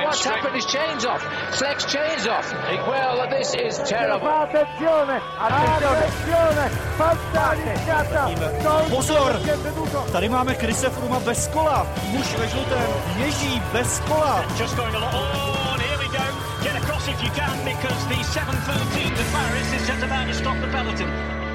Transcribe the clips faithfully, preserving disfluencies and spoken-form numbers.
what's happened? His chain's off. Fleck's chain's off. Well, this is terrible. Attenzione, attenzione, Pozor, tady máme Chrise Frooma bez kola. Muž ve žlutém ježí bez kola. Just going along. Oh, and here we go. Get across if you can, because the seven thirteen to Paris is just about to stop the peloton.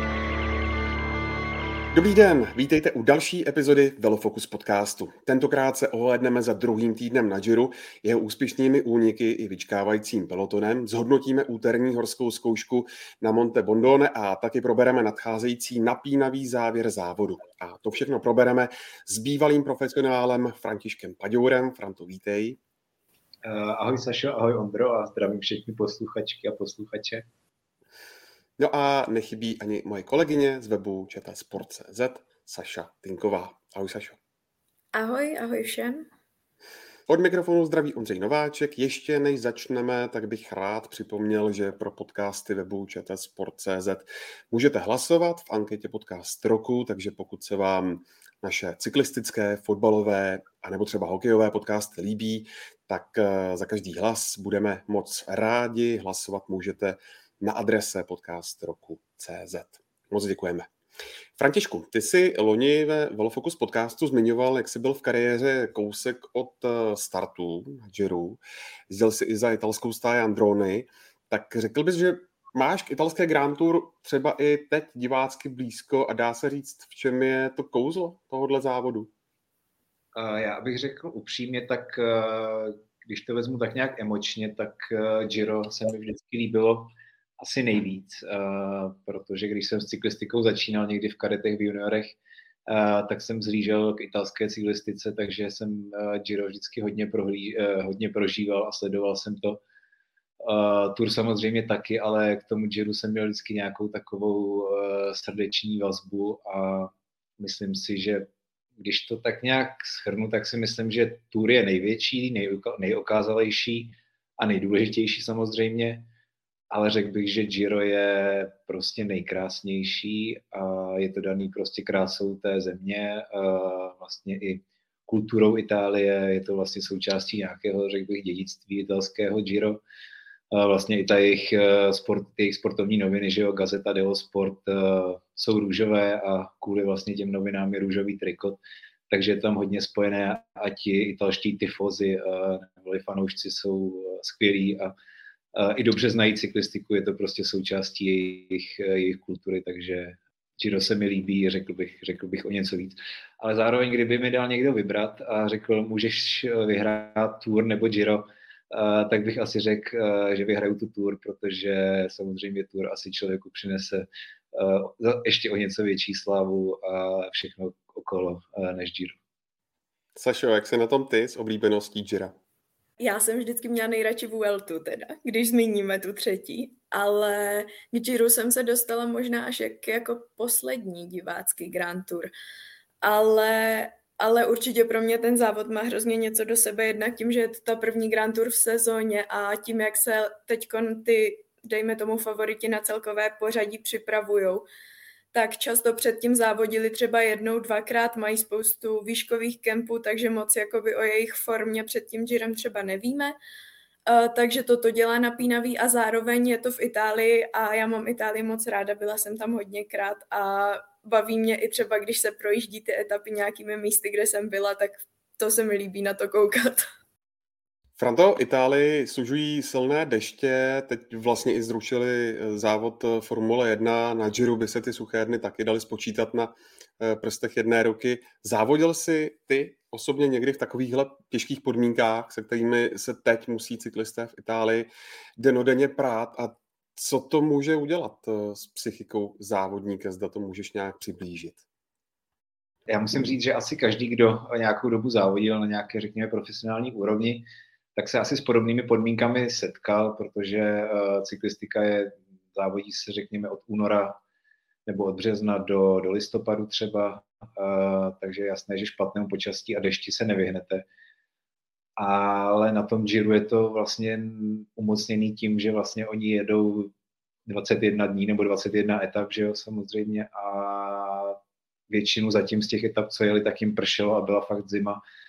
Dobrý den, vítejte u další epizody Velofocus podcastu. Tentokrát se ohlédneme za druhým týdnem na Giro, jeho úspěšnými úniky i vyčkávajícím pelotonem, zhodnotíme úterní horskou zkoušku na Monte Bondone a taky probereme nadcházející napínavý závěr závodu. A to všechno probereme s bývalým profesionálem Františkem Paďourem. Franto, vítej. Ahoj Sašo, ahoj Ondro a zdravím všechny posluchačky a posluchače. No a nechybí ani moje kolegyně z webu čtsport tečka cz, Saša Tinková. Ahoj Sašo. Ahoj, ahoj všem. Od mikrofonu zdraví Ondřej Nováček. Ještě než začneme, tak bych rád připomněl, že pro podcasty webu čtsport tečka cz můžete hlasovat v anketě Podcast roku, takže pokud se vám naše cyklistické, fotbalové a nebo třeba hokejové podcasty líbí, tak za každý hlas budeme moc rádi. Hlasovat můžete na adrese podcast roku tečka cz. Moc děkujeme. Františku, ty jsi loni ve Velofocus podcastu zmiňoval, jak jsi byl v kariéře kousek od startu na Giro. Jezdil jsi i za italskou stáj Androny. Tak řekl bys, že máš k italské Grand Tour třeba i teď divácky blízko a dá se říct, v čem je to kouzlo tohohle závodu? Já bych řekl upřímně, tak když to vezmu tak nějak emočně, tak Giro se mi vždycky líbilo asi nejvíc, uh, protože když jsem s cyklistikou začínal někdy v kadetech, v juniorech, uh, tak jsem zhlížel k italské cyklistice, takže jsem uh, Giro vždycky hodně, prohlí, uh, hodně prožíval a sledoval jsem to. Uh, Tour samozřejmě taky, ale k tomu Giro jsem měl vždycky nějakou takovou uh, srdeční vazbu a myslím si, že když to tak nějak shrnu, tak si myslím, že Tour je největší, nejoka- nejokázalejší a nejdůležitější samozřejmě. Ale řekl bych, že Giro je prostě nejkrásnější a je to daný prostě krásou té země, vlastně i kulturou Itálie, je to vlastně součástí nějakého, řekl bych, dědictví italského Giro. Vlastně i ta jejich, sport, jejich sportovní noviny, že jo, Gazzetta dello Sport, jsou růžové a kvůli vlastně těm novinám je růžový trikot, takže je tam hodně spojené a ti italští tifozi nebo fanoušci jsou skvělí a i dobře znají cyklistiku, je to prostě součástí jejich, jejich kultury, takže Giro se mi líbí, řekl bych, řekl bych o něco víc. Ale zároveň, kdyby mi dal někdo vybrat a řekl, můžeš vyhrát Tour nebo Giro, tak bych asi řekl, že vyhraju tu Tour, protože samozřejmě Tour asi člověku přinese ještě o něco větší slávu a všechno okolo než Giro. Sašo, jak se na tom ty s oblíbeností Gira? Já jsem vždycky měla nejradši Vueltu teda, když zmíníme tu třetí, ale k Giro jsem se dostala možná až jak, jako poslední divácký Grand Tour, ale, ale určitě pro mě ten závod má hrozně něco do sebe, jednak tím, že je to ta první Grand Tour v sezóně a tím, jak se teďkon ty, dejme tomu, favoriti na celkové pořadí připravujou, tak často předtím závodili třeba jednou, dvakrát, mají spoustu výškových kempů, takže moc jakoby o jejich formě před tím Girem třeba nevíme. Uh, takže toto dělá napínavý a zároveň je to v Itálii a já mám Itálii moc ráda, byla jsem tam hodněkrát a baví mě i třeba, když se projíždí ty etapy nějakými místy, kde jsem byla, tak to se mi líbí na to koukat. Franto, Itálii sužují silné deště, teď vlastně i zrušili závod Formule jedna, na Giro by se ty suché dny taky dali spočítat na prstech jedné ruky. Závodil jsi ty osobně někdy v takovýchhle těžkých podmínkách, se kterými se teď musí cyklisté v Itálii dennodenně prát a co to může udělat s psychikou závodníka, zda to můžeš nějak přiblížit? Já musím říct, že asi každý, kdo nějakou dobu závodil na nějaké, řekněme, profesionální úrovni, tak se asi s podobnými podmínkami setkal, protože uh, cyklistika je, závodí se, řekněme, od února nebo od března do, do listopadu třeba, uh, takže je jasné, že špatnému počasí a dešti se nevyhnete. Ale na tom Giro je to vlastně umocněný tím, že vlastně oni jedou dvacet jedna dní nebo dvacet jedna etap, že jo, samozřejmě, a většinu zatím z těch etap, co jeli, tak jim pršelo a byla fakt zima.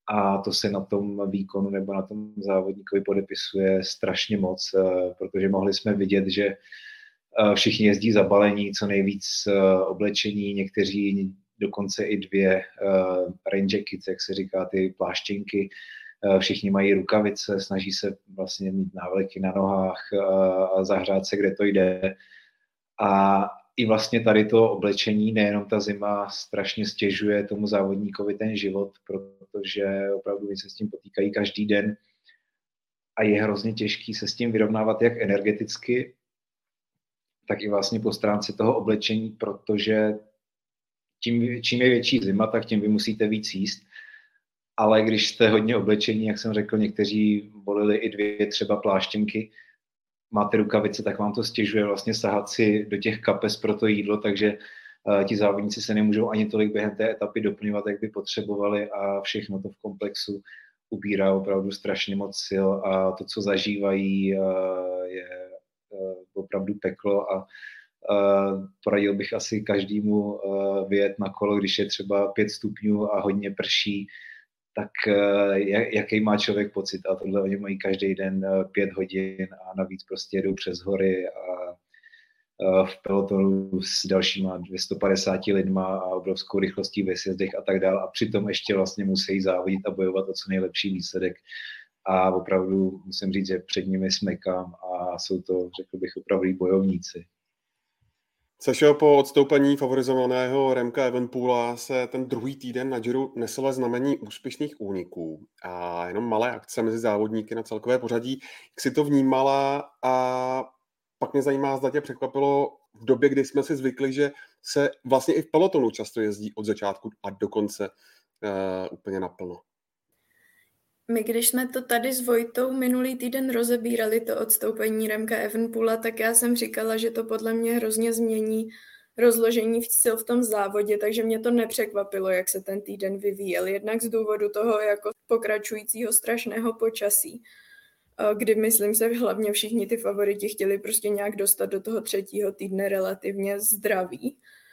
a to se na tom výkonu nebo na tom závodníkovi podepisuje strašně moc, protože mohli jsme vidět, že všichni jezdí zabalení, co nejvíc oblečení, někteří dokonce i dvě rain jackets, jak se říká, ty pláštěnky. Všichni mají rukavice, snaží se vlastně mít návleky na nohách a zahřát se, kde to jde. A i vlastně tady to oblečení, nejenom ta zima, strašně stěžuje tomu závodníkovi ten život, protože opravdu se s tím potýkají každý den a je hrozně těžký se s tím vyrovnávat jak energeticky, tak i vlastně po stránce toho oblečení, protože tím, čím je větší zima, tak tím vy musíte víc jíst. Ale když jste hodně oblečení, jak jsem řekl, někteří volili i dvě třeba pláštěnky, máte rukavice, tak vám to stěžuje vlastně sahat si do těch kapes pro to jídlo, takže uh, ti závodníci se nemůžou ani tolik během té etapy doplňovat, jak by potřebovali a všechno to v komplexu ubírá opravdu strašně moc sil a to, co zažívají, uh, je uh, opravdu peklo a uh, poradil bych asi každému uh, vyjet na kolo, když je třeba pět stupňů a hodně prší, tak jaký má člověk pocit. A tohle oni mají každý den pět hodin a navíc prostě jedou přes hory a v pelotonu s dalšíma dvě stě padesát lidma a obrovskou rychlostí ve sjezdech a tak dále. A přitom ještě vlastně musí závodit a bojovat o co nejlepší výsledek. A opravdu musím říct, že před nimi smekám a jsou to, řekl bych, opravdu bojovníci. Sašo, po odstoupení favorizovaného Remka Evenepoela se ten druhý týden na Giro nesl znamení úspěšných úniků a jenom malé akce mezi závodníky na celkové pořadí. Jak jsi to vnímala a pak mě zajímá, zda tě překvapilo v době, kdy jsme si zvykli, že se vlastně i v pelotonu často jezdí od začátku a do konce uh, úplně naplno. My, když jsme to tady s Vojtou minulý týden rozebírali, to odstoupení Remka Evenepoela, tak já jsem říkala, že to podle mě hrozně změní rozložení sil v tom závodě, takže mě to nepřekvapilo, jak se ten týden vyvíjel. Jednak z důvodu toho jako pokračujícího strašného počasí, kdy myslím se hlavně všichni ty favoriti chtěli prostě nějak dostat do toho třetího týdne relativně zdraví.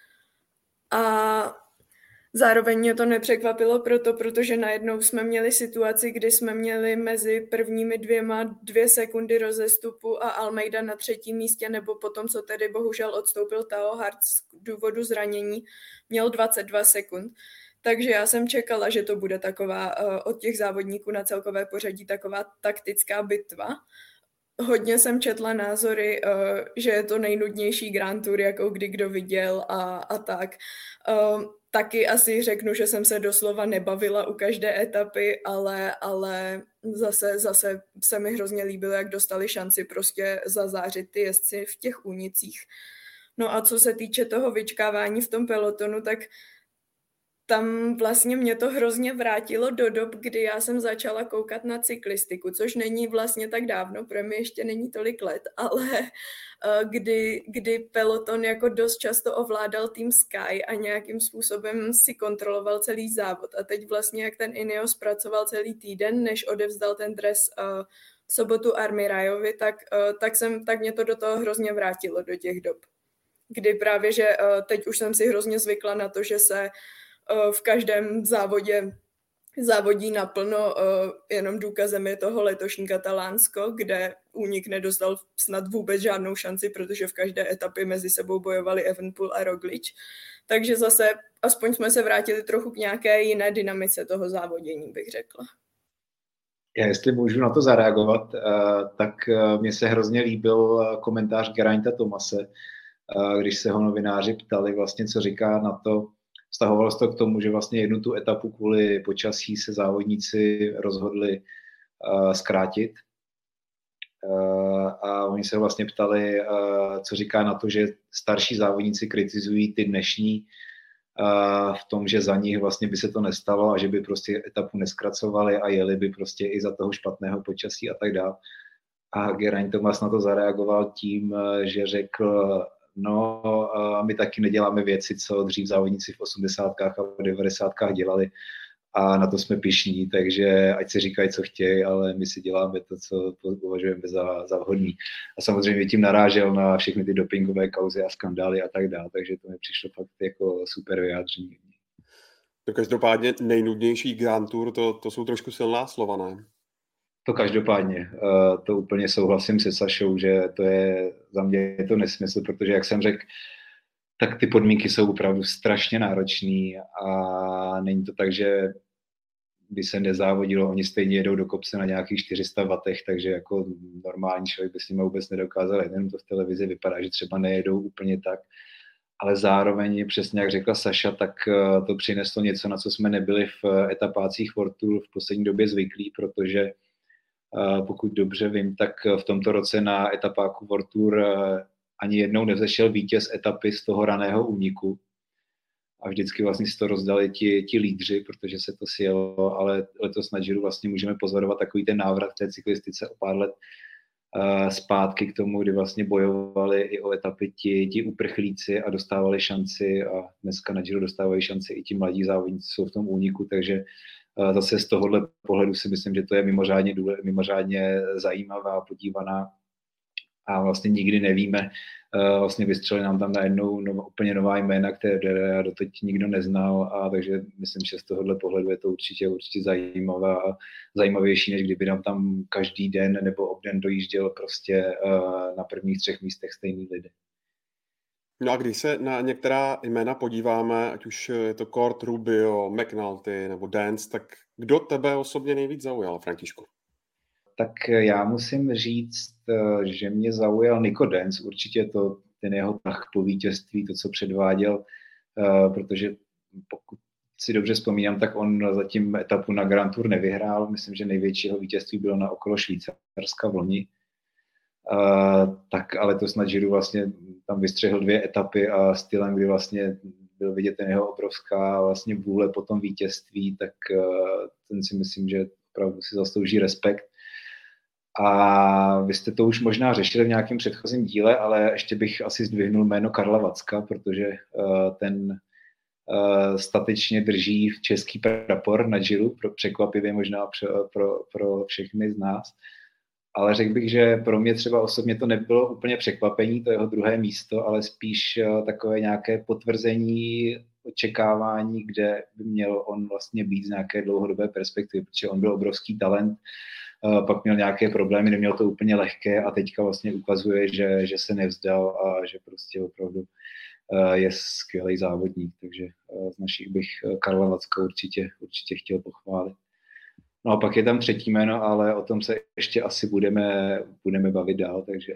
A zároveň mě to nepřekvapilo proto, protože najednou jsme měli situaci, kdy jsme měli mezi prvními dvěma dvě sekundy rozestupu a Almeida na třetím místě, nebo potom, co tedy bohužel odstoupil Tao Hart z důvodu zranění, měl dvacet dva sekund. Takže já jsem čekala, že to bude taková od těch závodníků na celkové pořadí taková taktická bitva. Hodně jsem četla názory, že je to nejnudnější Grand Tour, jakou kdy kdo viděl a, a tak. Taky asi řeknu, že jsem se doslova nebavila u každé etapy, ale, ale zase, zase se mi hrozně líbilo, jak dostali šanci prostě zazářit ty jezdci v těch únicích. No a co se týče toho vyčkávání v tom pelotonu, tak tam vlastně mě to hrozně vrátilo do dob, kdy já jsem začala koukat na cyklistiku, což není vlastně tak dávno, pro mě ještě není tolik let, ale kdy, kdy peloton jako dost často ovládal tým Sky a nějakým způsobem si kontroloval celý závod. A teď vlastně, jak ten Ineos pracoval celý týden, než odevzdal ten dres v sobotu Armirajovi, tak, tak, jsem, tak mě to do toho hrozně vrátilo, do těch dob. Kdy právě, že teď už jsem si hrozně zvykla na to, že se v každém závodě závodí naplno, jenom důkazem je toho letošní Katalánsko, kde únik nedostal snad vůbec žádnou šanci, protože v každé etapě mezi sebou bojovali Evenepoel a Roglič. Takže zase aspoň jsme se vrátili trochu k nějaké jiné dynamice toho závodění, bych řekla. Já jestli můžu na to zareagovat, tak mně se hrozně líbil komentář Gerainta Thomase, když se ho novináři ptali vlastně, co říká na to. Vztahovalo se to k tomu, že vlastně jednu tu etapu kvůli počasí se závodníci rozhodli uh, zkrátit. Uh, a oni se vlastně ptali, uh, co říká na to, že starší závodníci kritizují ty dnešní uh, v tom, že za nich vlastně by se to nestalo a že by prostě etapu neskracovali a jeli by prostě i za toho špatného počasí a tak dále. A Geraint Thomas na to zareagoval tím, že řekl, no, a my taky neděláme věci, co dřív závodníci v osmdesátkách a v devadesátkách dělali a na to jsme pyšní, takže ať si říkají, co chtějí, ale my si děláme to, co považujeme za, za vhodný. A samozřejmě tím narážel na všechny ty dopingové kauzy a skandály a tak dále, takže to mi přišlo fakt jako super vyjádření. To každopádně nejnudnější Grand Tour, to, to jsou trošku silná slova, ne? To každopádně. To úplně souhlasím se Sašou, že to je, za mě je to nesmysl, protože jak jsem řekl, tak ty podmínky jsou opravdu strašně náročný a není to tak, že by se nezávodilo, oni stejně jedou do kopce na nějakých čtyři sta wattech, takže jako normální člověk by s nimi vůbec nedokázal, jenom to v televizi vypadá, že třeba nejedou úplně tak, ale zároveň, přesně jak řekla Saša, tak to přineslo něco, na co jsme nebyli v etapácích World Tour v poslední době zvyklí, protože pokud dobře vím, tak v tomto roce na etapáku World Tour ani jednou nevzešel vítěz etapy z toho raného úniku. A vždycky vlastně si to rozdali ti, ti lídři, protože se to sjelo, ale letos na Giro vlastně můžeme pozorovat takový ten návrat té cyklistice o pár let uh, zpátky k tomu, kdy vlastně bojovali i o etapy ti, ti uprchlíci a dostávali šanci a dneska na Giro dostávají šanci i ti mladí závodníci, jsou v tom úniku, takže uh, zase z tohohle pohledu si myslím, že to je mimořádně, důle, mimořádně zajímavá, podívaná a vlastně nikdy nevíme, uh, vlastně vystřelili nám tam najednou no, úplně nová jména, které já doteď nikdo neznal, a takže myslím, že z tohohle pohledu je to určitě, určitě zajímavá a zajímavější, než kdyby nám tam každý den nebo obden dojížděl prostě uh, na prvních třech místech stejný lidé. No a když se na některá jména podíváme, ať už je to Kort, Rubio, McNulty nebo Dance, tak kdo tebe osobně nejvíc zaujal, Františku? Tak já musím říct, že mě zaujal Nico Dance, určitě to ten jeho tah po vítězství, to, co předváděl, protože pokud si dobře vzpomínám, tak on zatím etapu na Grand Tour nevyhrál, myslím, že největšího vítězství bylo na okolo Švýcarska v loni, tak ale to snad Giro vlastně tam vystřehl dvě etapy a stylem, kdy vlastně byl vidět ten jeho obrovská vlastně vůle po tom vítězství, tak ten si myslím, že opravdu si zaslouží respekt. A vy jste to už možná řešili v nějakém předchozím díle, ale ještě bych asi zdvihnul jméno Karla Vacka, protože uh, ten uh, statečně drží český prapor na Giro, pro, překvapivě možná pro, pro, pro všechny z nás. Ale řekl bych, že pro mě třeba osobně to nebylo úplně překvapení, to jeho druhé místo, ale spíš uh, takové nějaké potvrzení, očekávání, kde by měl on vlastně být z nějaké dlouhodobé perspektivy, protože on byl obrovský talent, pak měl nějaké problémy, neměl to úplně lehké a teďka vlastně ukazuje, že, že se nevzdal a že prostě opravdu je skvělý závodník, takže z našich bych Karla Vacka určitě, určitě chtěl pochválit. No a pak je tam třetí jméno, ale o tom se ještě asi budeme, budeme bavit dál, takže...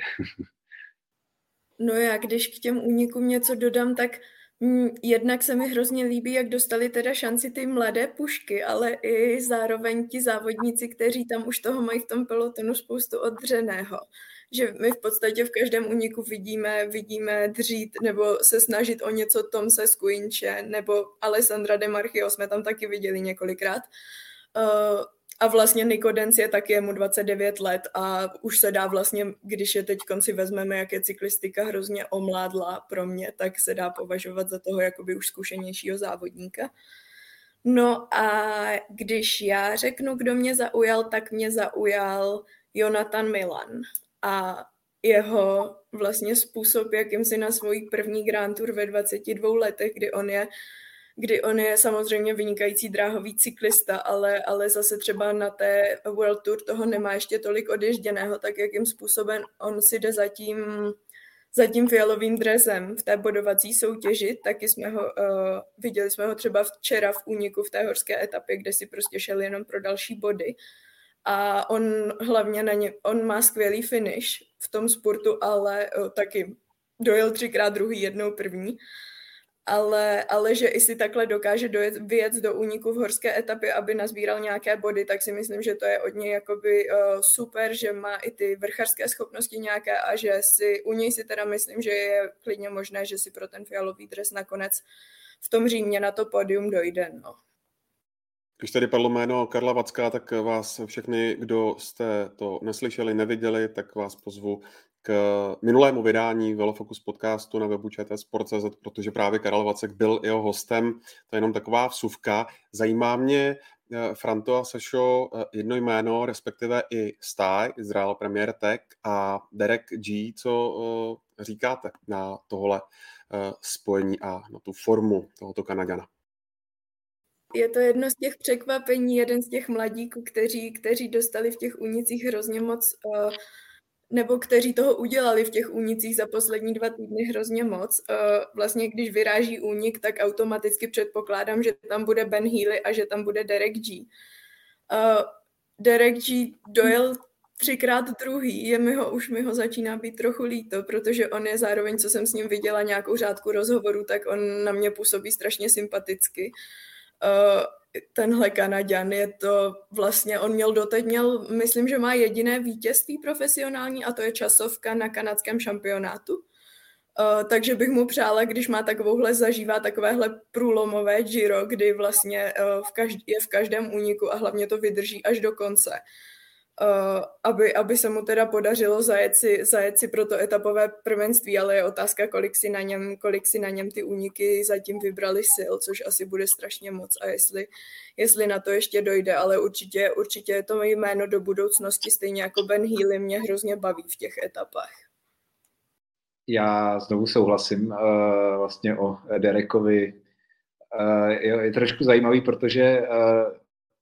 No já, když k těm únikům něco dodám, tak Mm, jednak se mi hrozně líbí, jak dostali teda šanci ty mladé pušky, ale i zároveň ti závodníci, kteří tam už toho mají v tom pelotonu spoustu odřeného. Že my v podstatě v každém úniku vidíme, vidíme dřít nebo se snažit o něco Tomse Skuinče nebo Alessandra De Marchio jsme tam taky viděli několikrát. Uh, A vlastně Nico Dance je taky, je mu dvacet devět let a už se dá vlastně, když je teď konci vezmeme, jak je cyklistika hrozně omládla pro mě, tak se dá považovat za toho jakoby už zkušenějšího závodníka. No a když já řeknu, kdo mě zaujal, tak mě zaujal Jonathan Milan a jeho vlastně způsob, jakým si na svůj první Grand Tour ve dvaceti dvou letech, kdy on je kdy on je samozřejmě vynikající dráhový cyklista, ale, ale zase třeba na té World Tour toho nemá ještě tolik odježděného, tak jakým způsobem on si jde za tím, za tím fialovým dresem v té bodovací soutěži, taky jsme ho, uh, viděli jsme ho třeba včera v úniku v té horské etapě, kde si prostě šel jenom pro další body. A on hlavně na ně, on má skvělý finish v tom sportu, ale uh, taky dojel třikrát druhý, jednou první. Ale, ale že i si takhle dokáže dojet, vyjet do úniku v horské etapě, aby nazbíral nějaké body, tak si myslím, že to je od něj jakoby uh, super, že má i ty vrchařské schopnosti nějaké a že si u něj si teda myslím, že je klidně možné, že si pro ten fialový dres nakonec v tom Římě na to pódium dojde. No. Když tady padlo jméno Karla Vacka, tak vás všechny, kdo jste to neslyšeli, neviděli, tak vás pozvu k minulému vydání Velofocus podcastu na webu č t sport tečka c z, protože právě Karel Vacek byl jeho hostem. To je jenom taková vsuvka. Zajímá mě, Franto a Sašo, jedno jméno, respektive i stáj, Izrael Premier Tech a Derek G. Co říkáte na tohle spojení a na tu formu tohoto Kanaďana? Je to jedno z těch překvapení, jeden z těch mladíků, kteří, kteří dostali v těch únicích hrozně moc, uh, nebo kteří toho udělali v těch únicích za poslední dva týdny hrozně moc. Uh, vlastně když vyráží únik, tak automaticky předpokládám, že tam bude Ben Healy a že tam bude Derek G. Uh, Derek G dojel třikrát druhý, je mi ho, už mi ho začíná být trochu líto, protože on je zároveň, co jsem s ním viděla nějakou řádku rozhovoru, tak on na mě působí strašně sympaticky. Uh, tenhle Kanaďan je to vlastně, on měl doteď, měl, myslím, že má jediné vítězství profesionální a to je časovka na kanadském šampionátu. Uh, takže bych mu přála, když má takovouhle, zažívá takovéhle průlomové Giro, kdy vlastně uh, v každý, je v každém úniku a hlavně to vydrží až do konce. Uh, aby, aby se mu teda podařilo zajet si, zajet si pro to etapové prvenství, ale je otázka, kolik si na něm, kolik si na něm ty úniky zatím vybrali sil, což asi bude strašně moc a jestli, jestli na to ještě dojde, ale určitě, určitě je to jméno do budoucnosti, stejně jako Ben Healy mě hrozně baví v těch etapách. Já znovu souhlasím uh, vlastně o Derekovi. Uh, je, je trošku zajímavý, protože uh,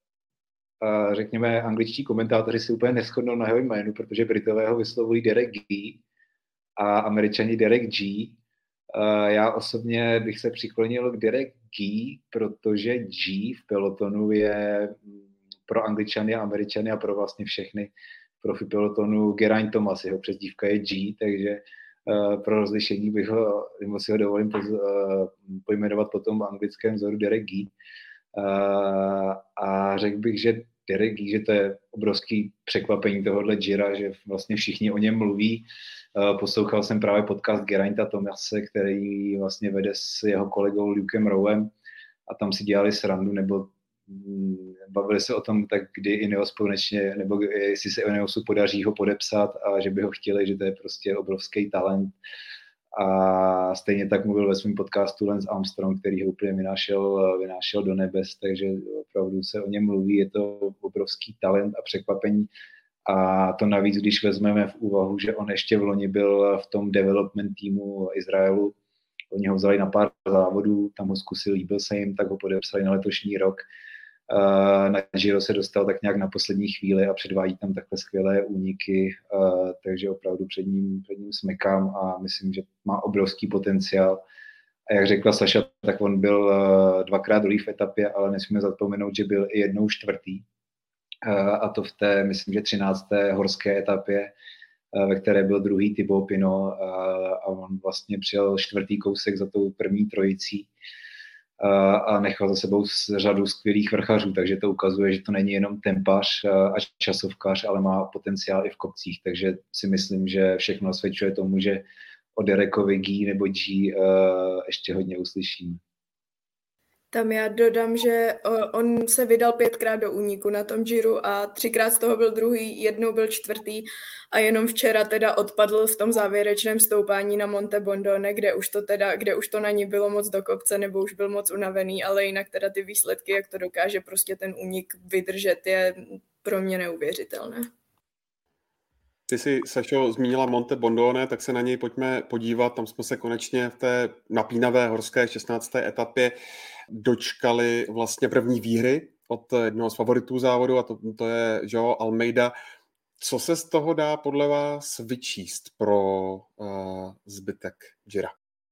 Uh, řekněme, angličtí komentátoři si úplně neshodnou na jeho jménu, protože Britové ho vyslovují Derek G a Američani Derek G. Uh, já osobně bych se přiklonil k Derek G, protože G v pelotonu je pro Angličany a Američany a pro vlastně všechny profi pelotonu Geraint Thomas, jeho přezdívka je G, takže uh, pro rozlišení bych ho, si ho dovolím poz, uh, pojmenovat potom v anglickém vzoru Derek G. Uh, a řekl bych, že Derek G, že to je obrovský překvapení tohohle Gira, že vlastně všichni o něm mluví. Uh, poslouchal jsem právě podcast Gerainta Thomase, který vlastně vede s jeho kolegou Lukem Rowem a tam si dělali srandu, nebo mm, bavili se o tom, tak kdy Ineos konečně, nebo jestli se Ineosu podaří ho podepsat a že by ho chtěli, že to je prostě obrovský talent. A stejně tak mluvil ve svém podcastu Lance Armstrong, který ho úplně vynášel, vynášel do nebes, takže opravdu se o něm mluví, je to obrovský talent a překvapení. A to navíc, když vezmeme v úvahu, že on ještě v loni byl v tom development týmu Izraelu, oni ho vzali na pár závodů, tam ho zkusil, líbil se jim, tak ho podepsali na letošní rok. Na Giro se dostal tak nějak na poslední chvíli a předvádí tam takhle skvělé úniky, takže opravdu před ním, před ním smekám a myslím, že má obrovský potenciál. A jak řekla Saša, tak on byl dvakrát druhý v etapě, ale nesmíme zapomenout, že byl i jednou čtvrtý. A to v té, myslím, že třinácté horské etapě, ve které byl druhý Thibaut Pinot a on vlastně přijel čtvrtý kousek za tou první trojicí a nechal za sebou řadu skvělých vrchařů, takže to ukazuje, že to není jenom tempař a časovkař, ale má potenciál i v kopcích, takže si myslím, že všechno nasvědčuje tomu, že o Derekovi G nebo G ještě hodně uslyšíme. Tam já dodám, že on se vydal pětkrát do úniku na tom Giru a třikrát z toho byl druhý, jednou byl čtvrtý a jenom včera teda odpadl v tom závěrečném stoupání na Monte Bondone, kde už to teda, kde už to na ní bylo moc do kopce nebo už byl moc unavený, ale jinak teda ty výsledky, jak to dokáže prostě ten únik vydržet, je pro mě neuvěřitelné. Ty jsi, Sašo, zmínila Monte Bondone, tak se na něj pojďme podívat. Tam jsme se konečně v té napínavé horské šestnácté etapě dočkali vlastně první výhry od jednoho z favoritů závodu a to, to je Joao Almeida. Co se z toho dá podle vás vyčíst pro uh, zbytek Gira?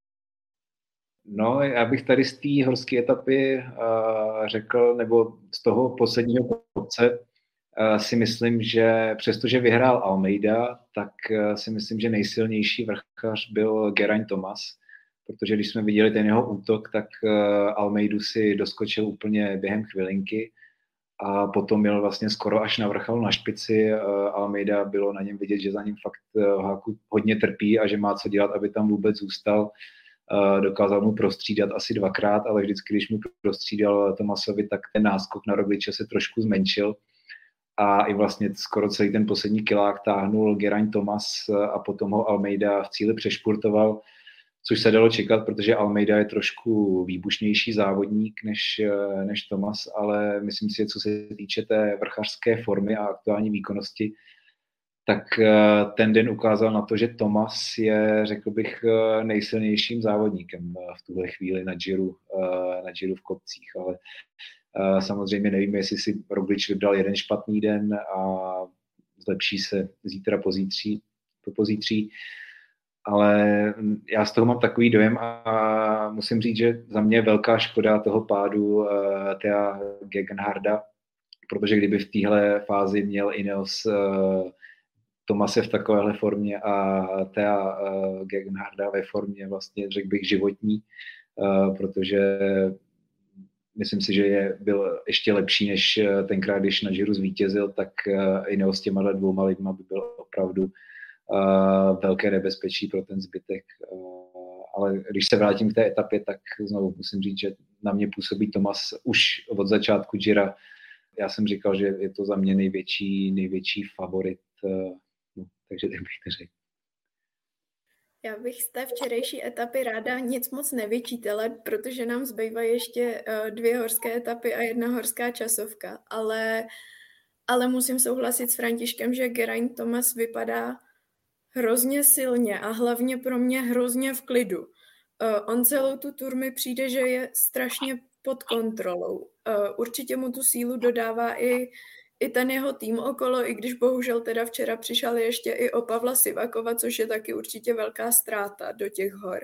No, já bych tady z té horské etapy uh, řekl, nebo z toho posledního kopce, Uh, si myslím, že přestože vyhrál Almeida, tak uh, si myslím, že nejsilnější vrchař byl Geraint Thomas, protože když jsme viděli ten jeho útok, tak uh, Almeidu si doskočil úplně během chvilinky a potom měl vlastně skoro až na vrchol na špici. Uh, Almeida bylo na něm vidět, že za ním fakt uh, háku hodně trpí a že má co dělat, aby tam vůbec zůstal. Uh, dokázal mu prostřídat asi dvakrát, ale vždycky, když mu prostřídal Thomasovi, tak ten náskok na Rogliče se trošku zmenšil. A i vlastně skoro celý ten poslední kilák táhnul Geraint Thomas a potom ho Almeida v cíli přešpurtoval, což se dalo čekat, protože Almeida je trošku výbušnější závodník než, než Thomas, ale myslím si, že co se týče té vrchařské formy a aktuální výkonnosti, tak ten den ukázal na to, že Thomas je, řekl bych, nejsilnějším závodníkem v tuhle chvíli na Giro, na Giro v kopcích, ale samozřejmě nevím, jestli si Roglič vybral jeden špatný den a zlepší se zítra pozítří, po pozítří, ale já z toho mám takový dojem a musím říct, že za mě je velká škoda toho pádu Thea Gegenharda, protože kdyby v téhle fázi měl Ineos Thomase v takovéhle formě a Thea Gegenharda ve formě vlastně, řekl bych, životní, protože myslím si, že je, byl ještě lepší než tenkrát, když na Giro zvítězil, tak Ineos s těma dvouma lidma by byl opravdu uh, velké nebezpečí pro ten zbytek. Uh, ale když se vrátím k té etapě, tak znovu musím říct, že na mě působí Thomas už od začátku Gira. Já jsem říkal, že je to za mě největší, největší favorit, uh, no, takže tak bych to řekl. Já bych z té včerejší etapy ráda nic moc nevyčítala, protože nám zbývají ještě dvě horské etapy a jedna horská časovka, ale, ale musím souhlasit s Františkem, že Geraint Thomas vypadá hrozně silně a hlavně pro mě hrozně v klidu. On celou tu tur mi přijde, že je strašně pod kontrolou. Určitě mu tu sílu dodává i I ten jeho tým okolo, i když bohužel teda včera přišel ještě i o Pavla Sivakova, což je taky určitě velká ztráta do těch hor.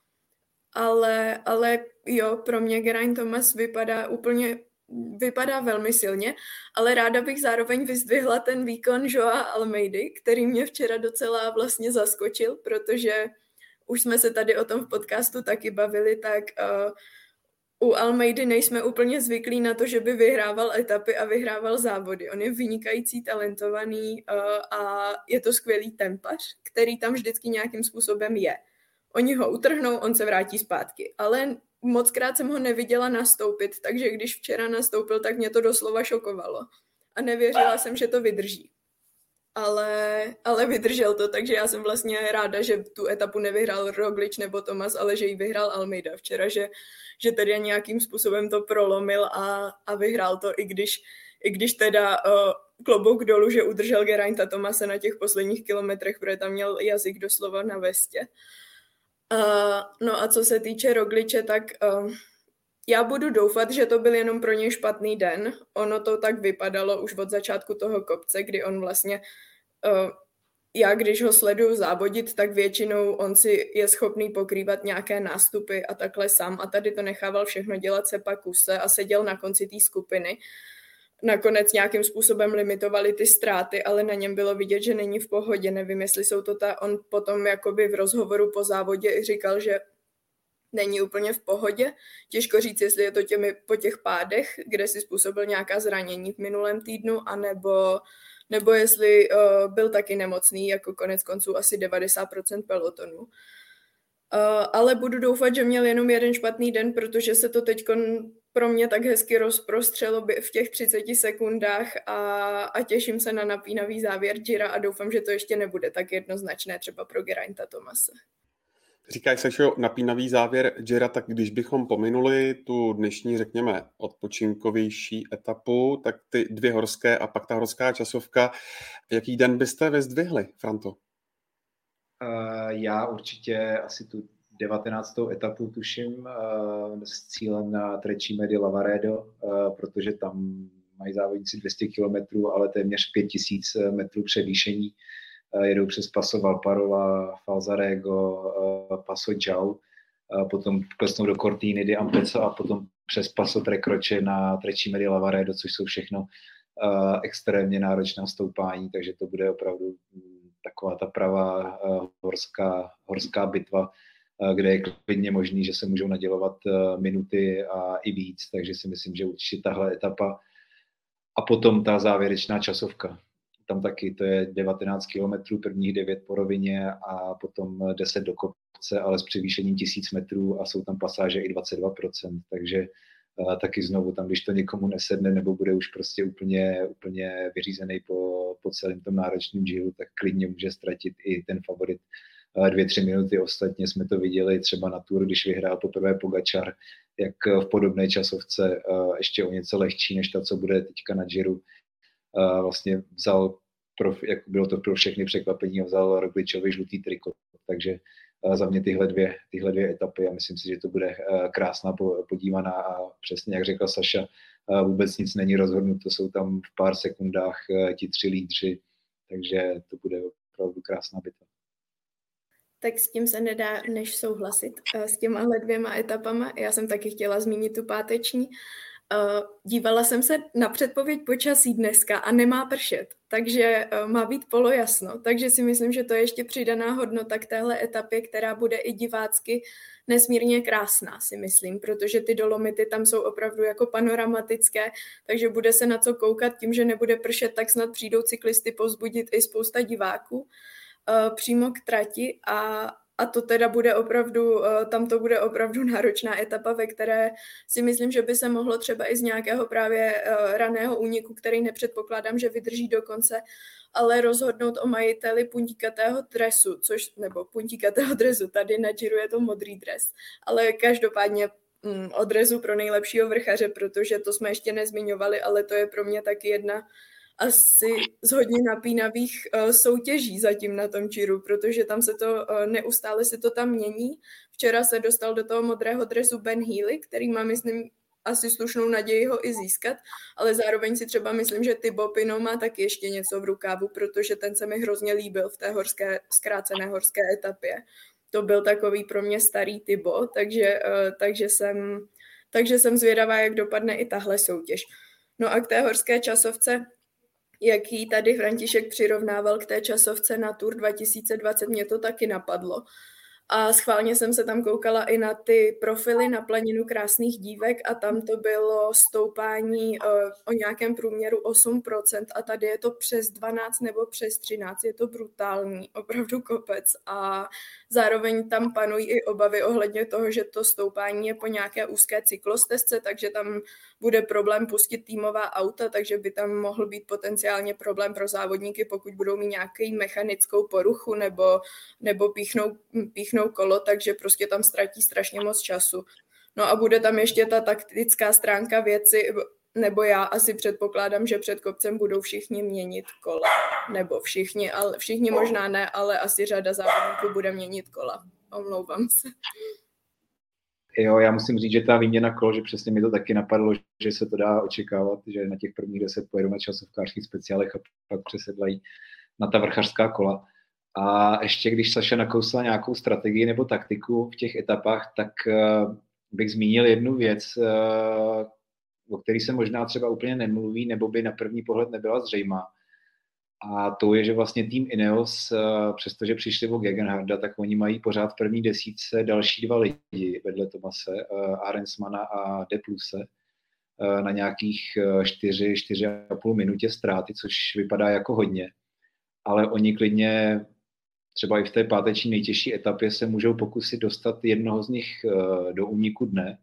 Ale, ale jo, pro mě Geraint Thomas vypadá úplně, vypadá velmi silně, ale ráda bych zároveň vyzdvihla ten výkon Joa Almeidy, který mě včera docela vlastně zaskočil, protože už jsme se tady o tom v podcastu taky bavili, tak uh, u Almeidy nejsme úplně zvyklí na to, že by vyhrával etapy a vyhrával závody. On je vynikající, talentovaný uh, a je to skvělý tempař, který tam vždycky nějakým způsobem je. Oni ho utrhnou, on se vrátí zpátky. Ale mockrát jsem ho neviděla nastoupit, takže když včera nastoupil, tak mě to doslova šokovalo. A nevěřila jsem, že to vydrží. Ale, ale vydržel to, takže já jsem vlastně ráda, že tu etapu nevyhrál Roglič nebo Thomas, ale že ji vyhrál Almeida včera, že, že tedy nějakým způsobem to prolomil a, a vyhrál to, i když, i když teda uh, klobouk dolů, že udržel Gerainta Thomase na těch posledních kilometrech, protože tam měl jazyk doslova na vestě. Uh, no a co se týče Rogliče, tak uh, já budu doufat, že to byl jenom pro něj špatný den. Ono to tak vypadalo už od začátku toho kopce, kdy on vlastně, uh, já když ho sleduju závodit, tak většinou on si je schopný pokrývat nějaké nástupy a takhle sám. A tady to nechával všechno dělat Sepa Kusse a seděl na konci té skupiny. Nakonec nějakým způsobem limitovali ty ztráty, ale na něm bylo vidět, že není v pohodě. Nevím, jestli jsou to ta... On potom jakoby v rozhovoru po závodě i říkal, že není úplně v pohodě. Těžko říct, jestli je to těmi, po těch pádech, kde si způsobil nějaká zranění v minulém týdnu, anebo, nebo jestli uh, byl taky nemocný, jako konec konců asi devadesát procent pelotonu. Uh, ale budu doufat, že měl jenom jeden špatný den, protože se to teď pro mě tak hezky rozprostřelo v těch třiceti sekundách a, a těším se na napínavý závěr Gira a doufám, že to ještě nebude tak jednoznačné třeba pro Gerainta Thomase. Říkáš, Sašo, napínavý závěr Gira, tak když bychom pominuli tu dnešní, řekněme, odpočinkovější etapu, tak ty dvě horské a pak ta horská časovka, jaký den byste vyzdvihli, Franto? Uh, já určitě asi tu devatenáctou etapu tuším uh, s cílem na Trecime di Lavaredo, uh, protože tam mají závodníci dvě stě kilometrů, ale téměř pět tisíc metrů převýšení. Jedou přes Passo Valparova, Falzarego, Passo Jau, potom klesnou do Cortiny di Ampezzo a potom přes Passo Trecroce na Trecime di Lavaredo, což jsou všechno extrémně náročná stoupání, takže to bude opravdu taková ta pravá horská, horská bitva, kde je klidně možný, že se můžou nadělovat minuty a i víc, takže si myslím, že určitě tahle etapa a potom ta závěrečná časovka. Tam taky to je devatenáct kilometrů, prvních devět po rovině a potom deset do kopce, ale s převýšením tisíc metrů a jsou tam pasáže i dvacet dva procent, takže uh, taky znovu tam, když to někomu nesedne nebo bude už prostě úplně, úplně vyřízený po, po celém tom náročném Giru, tak klidně může ztratit i ten favorit uh, dvě, tři minuty. Ostatně jsme to viděli třeba na Tour, když vyhrál poprvé Pogačar, jak v podobné časovce uh, ještě o něco lehčí než ta, co bude teďka na Giru, vlastně vzal pro, jako bylo to pro všechny překvapení a vzal Rogličovi žlutý triko. Takže za mě tyhle dvě, tyhle dvě etapy a myslím si, že to bude krásná podívaná a přesně jak řekla Saša, vůbec nic není rozhodnuto, jsou tam v pár sekundách ti tři lídři, takže to bude opravdu krásná bitva. Tak s tím se nedá než souhlasit, s těmahle dvěma etapama. Já jsem taky chtěla zmínit tu páteční. Dívala jsem se na předpověď počasí dneska a nemá pršet, takže má být polojasno. Takže si myslím, že to je ještě přidaná hodnota k téhle etapě, která bude i divácky nesmírně krásná, si myslím, protože ty Dolomity tam jsou opravdu jako panoramatické, takže bude se na co koukat tím, že nebude pršet, tak snad přijdou cyklisty povzbudit i spousta diváků přímo k trati a A to teda bude opravdu, tam to bude opravdu náročná etapa, ve které si myslím, že by se mohlo třeba i z nějakého právě raného úniku, který nepředpokládám, že vydrží do konce, ale rozhodnout o majiteli puntíkatého dresu, což, nebo puntíkatého dresu, tady na Giro je to modrý dres, ale každopádně mm, o dresu pro nejlepšího vrchaře, protože to jsme ještě nezmiňovali, ale to je pro mě taky jedna asi z hodně napínavých uh, soutěží zatím na tom Giro, protože tam se to uh, neustále se to tam mění. Včera se dostal do toho modrého dresu Ben Healy, který má, myslím, asi slušnou naději ho i získat, ale zároveň si třeba myslím, že Thibaut Pinot má taky ještě něco v rukávu, protože ten se mi hrozně líbil v té horské, zkrácené horské etapě. To byl takový pro mě starý Thibaut, takže, uh, takže, jsem, takže jsem zvědavá, jak dopadne i tahle soutěž. No a k té horské časovce, jaký tady František přirovnával k té časovce na Tour dva tisíce dvacet, mě to taky napadlo. A schválně jsem se tam koukala i na ty profily na planinu krásných dívek a tam to bylo stoupání uh, o nějakém průměru osm procent a tady je to přes dvanáct nebo přes třináct, je to brutální, opravdu kopec a zároveň tam panují i obavy ohledně toho, že to stoupání je po nějaké úzké cyklostezce, takže tam bude problém pustit týmová auta, takže by tam mohl být potenciálně problém pro závodníky, pokud budou mít nějaký mechanickou poruchu nebo, nebo píchnou, píchnou kolo, takže prostě tam ztratí strašně moc času. No a bude tam ještě ta taktická stránka věci, nebo já asi předpokládám, že před kopcem budou všichni měnit kola. Nebo všichni, ale všichni možná ne, ale asi řada závodníků bude měnit kola. Omlouvám se. Jo, já musím říct, že ta výměna kol, že přesně mi to taky napadlo, že se to dá očekávat, že na těch prvních deset pojedou na časovkářských speciálech a pak přesedlají na ta vrchařská kola. A ještě když Saša nakousla nějakou strategii nebo taktiku v těch etapách, tak uh, bych zmínil jednu věc, uh, o které se možná třeba úplně nemluví, nebo by na první pohled nebyla zřejmá. A to je, že vlastně tým Ineos, uh, přestože přišli o Gegenharda, tak oni mají pořád v první desítce další dva lidi vedle Tomase, uh, Arensmana a De Pluse, uh, na nějakých čtyři, čtyři a půl minutě ztráty, což vypadá jako hodně. Ale oni klidně třeba i v té páteční nejtěžší etapě se můžou pokusit dostat jednoho z nich do úniku dne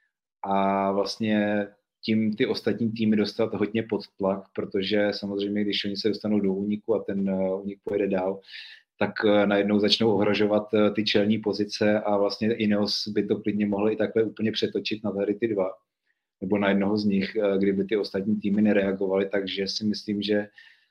a vlastně tím ty ostatní týmy dostat hodně pod tlak, protože samozřejmě, když oni se dostanou do úniku a ten únik pojede dál, tak najednou začnou ohrožovat ty čelní pozice a vlastně Ineos by to klidně mohlo i takhle úplně přetočit na tady ty dva, nebo na jednoho z nich, kdyby ty ostatní týmy nereagovaly, takže si myslím, že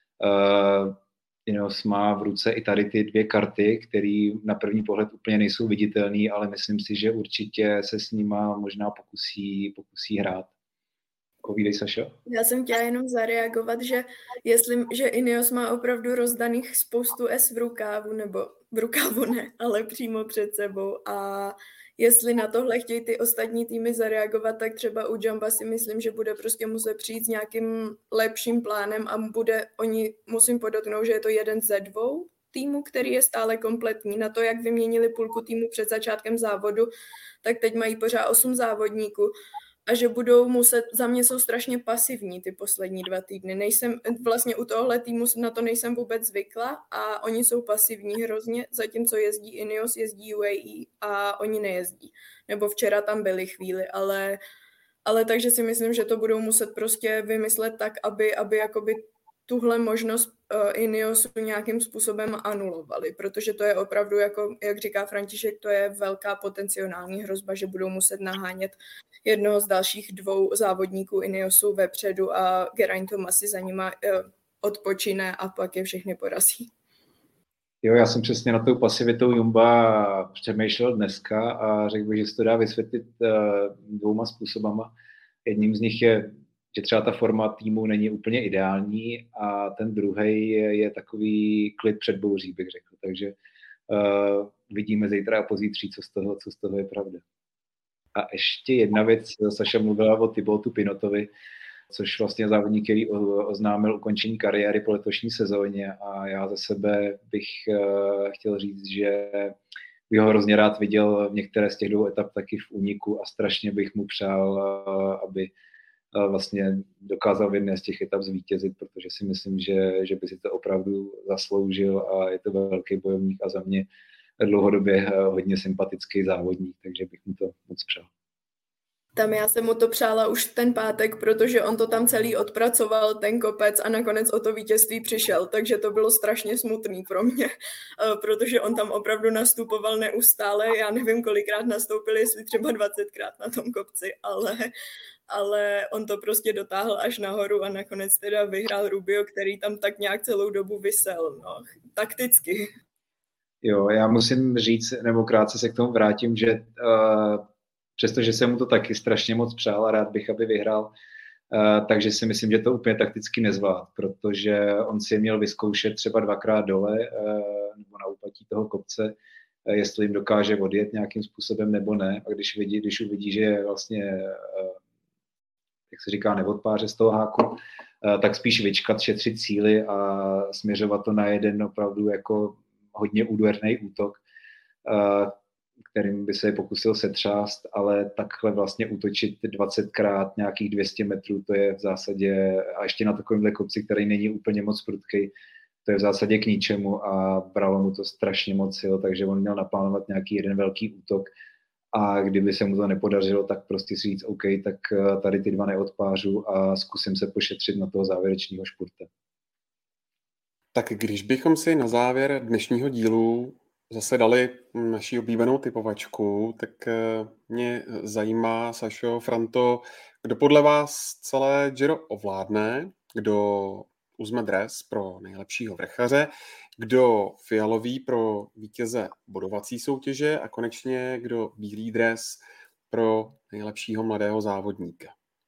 uh, Ineos má v ruce i tady ty dvě karty, které na první pohled úplně nejsou viditelné, ale myslím si, že určitě se s nima možná pokusí, pokusí hrát. Povídej, Sašo. Já jsem chtěla jenom zareagovat, že jestli, že Ineos má opravdu rozdaných spoustu S v rukávu, nebo v rukávu ne, ale přímo před sebou a jestli na tohle chtějí ty ostatní týmy zareagovat, tak třeba u Jumba si myslím, že bude prostě muset přijít s nějakým lepším plánem a bude, oni, musím podotknout, že je to jeden ze dvou týmů, který je stále kompletní. Na to, jak vyměnili půlku týmu před začátkem závodu, tak teď mají pořád osm závodníků a že budou muset, za mě jsou strašně pasivní ty poslední dva týdny. Nejsem, vlastně u tohohle týmu na to nejsem vůbec zvykla a oni jsou pasivní hrozně, zatímco jezdí Ineos, jezdí U A E a oni nejezdí. Nebo včera tam byly chvíli, ale, ale takže si myslím, že to budou muset prostě vymyslet tak, aby, aby jakoby tuhle možnost uh, Ineosu nějakým způsobem anulovali, protože to je opravdu, jako, jak říká František, to je velká potenciální hrozba, že budou muset nahánět jednoho z dalších dvou závodníků Ineosu vepředu a Geraint Thomas si za nima uh, odpočine a pak je všechny porazí. Jo, já jsem přesně na tou pasivitou Jumba přemýšlel dneska a řekl bych, že se to dá vysvětlit dvouma způsobama. Jedním z nich je, že třeba ta forma týmu není úplně ideální a ten druhý je, je takový klid před bouří, bych řekl. Takže uh, vidíme zítra a pozítří, co z toho, co z toho je pravda. A ještě jedna věc, Saša mluvila o Thibautu Pinotovi, což vlastně závodník, který oznámil ukončení kariéry po letošní sezóně a já za sebe bych uh, chtěl říct, že bych ho hrozně rád viděl v některé z těch dvou etap taky v úniku a strašně bych mu přál, uh, aby uh, vlastně dokázal v jedné z těch etap zvítězit, protože si myslím, že, že by si to opravdu zasloužil a je to velký bojovník a za mě dlouhodobě uh, hodně sympatický závodník, takže bych mu to moc přál. Tam já jsem mu to přála už ten pátek, protože on to tam celý odpracoval, ten kopec a nakonec o to vítězství přišel, takže to bylo strašně smutný pro mě, protože on tam opravdu nastupoval neustále, já nevím kolikrát nastoupil, jestli třeba dvacetkrát na tom kopci, ale, ale on to prostě dotáhl až nahoru a nakonec teda vyhrál Rubio, který tam tak nějak celou dobu visel, no, takticky. Jo, já musím říct, nebo krátce se k tomu vrátím, že uh... přestože jsem mu to taky strašně moc přál a rád bych, aby vyhrál, uh, takže si myslím, že to úplně takticky nezvlád, protože on si je měl vyzkoušet třeba dvakrát dole uh, nebo na úpatí toho kopce, uh, jestli jim dokáže odjet nějakým způsobem nebo ne. A když, vidí, když uvidí, že je vlastně, uh, jak se říká, neodpáře z toho háku, uh, tak spíš vyčkat, šetřit síly a směřovat to na jeden opravdu jako hodně úderný útok, uh, kterým by se je pokusil setřást, ale takhle vlastně útočit dvacetkrát nějakých dvě stě metrů, to je v zásadě, a ještě na takovémhle kopci, který není úplně moc prudký, to je v zásadě k ničemu a bralo mu to strašně moc sil, takže on měl naplánovat nějaký jeden velký útok a kdyby se mu to nepodařilo, tak prostě si říct, OK, tak tady ty dva neodpářu a zkusím se pošetřit na toho závěrečného špurta. Tak když bychom si na závěr dnešního dílu zase dali naši oblíbenou typovačku, tak mě zajímá, Sašo, Franto, kdo podle vás celé Giro ovládne, kdo uzme dres pro nejlepšího vrchaře, kdo fialový pro vítěze bodovací soutěže a konečně kdo bílý dres pro nejlepšího mladého závodníka.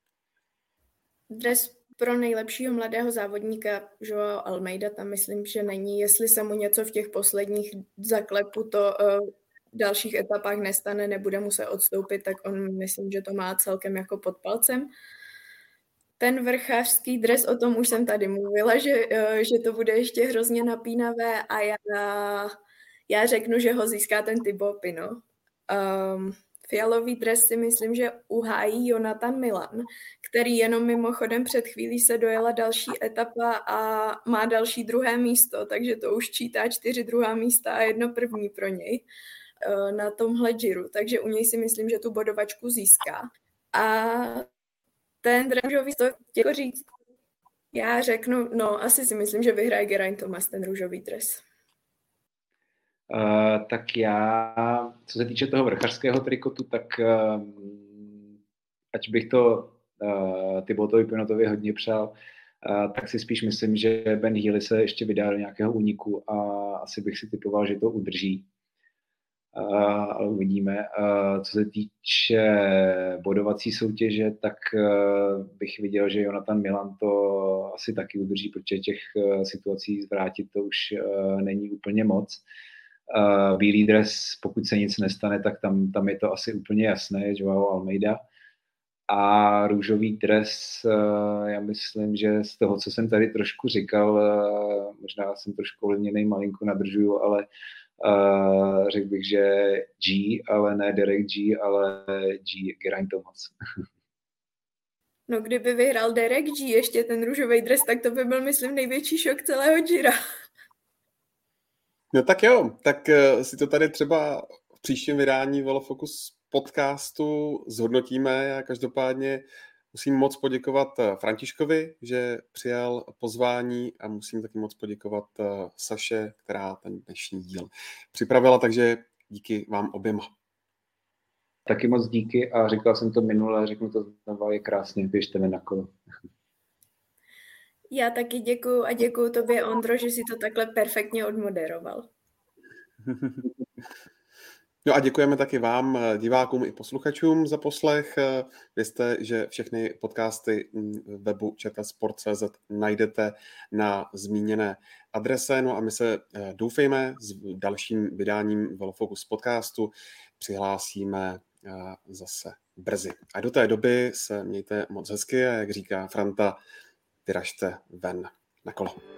Dres pro nejlepšího mladého závodníka Joao Almeida, tam myslím, že není, jestli se mu něco v těch posledních zaklepu to uh, dalších etapách nestane, nebude muset odstoupit, tak on myslím, že to má celkem jako pod palcem. Ten vrchařský dres, o tom už jsem tady mluvila, že, uh, že to bude ještě hrozně napínavé a já, já řeknu, že ho získá ten Thibaut Pinot. Um, Fialový dres si myslím, že uhájí Jonathan Milan, který jenom mimochodem před chvílí se dojela další etapa a má další druhé místo, takže to už čítá čtyři druhá místa a jedno první pro něj na tomhle Giru, takže u něj si myslím, že tu bodovačku získá. A ten růžový to těžko říct. Já řeknu, no asi si myslím, že vyhraje Geraint Thomas ten růžový dres. Uh, tak já, co se týče toho vrchařského trikotu, tak uh, ať bych to uh, Thibautovi Pinotovi hodně přál, uh, tak si spíš myslím, že Ben Healy se ještě vydá do nějakého úniku a asi bych si typoval, že to udrží. Uh, ale uvidíme. Uh, co se týče bodovací soutěže, tak uh, bych viděl, že Jonathan Milan to asi taky udrží, protože těch uh, situací zvrátit to už uh, není úplně moc. Uh, bílý dres, pokud se nic nestane, tak tam, tam je to asi úplně jasné, Joao Almeida. A růžový dres, uh, já myslím, že z toho, co jsem tady trošku říkal, uh, možná jsem trošku ovlivněnej, malinko nadržuju, ale uh, řekl bych, že G, ale ne Derek G, ale G, Geraint Thomas. No kdyby vyhrál Derek G ještě ten růžový dres, tak to by byl, myslím, největší šok celého Gira. No tak jo, tak si to tady třeba v příštím vydání Velofocus podcastu zhodnotíme a každopádně musím moc poděkovat Františkovi, že přijal pozvání a musím taky moc poděkovat Saše, která ten dnešní díl připravila, takže díky vám oběma. Taky moc díky a říkal jsem to minule, řeknu to znova, je krásně, běžte mi na kolo. Já taky děkuju a děkuju tobě, Ondro, že si to takhle perfektně odmoderoval. No a děkujeme taky vám, divákům i posluchačům za poslech. Vězte, že všechny podcasty webu četa sport tečka cé zet najdete na zmíněné adrese. No a my se doufejme s dalším vydáním Velofocus podcastu přihlásíme zase brzy. A do té doby se mějte moc hezky a jak říká Franta, vyražte ven na kolo.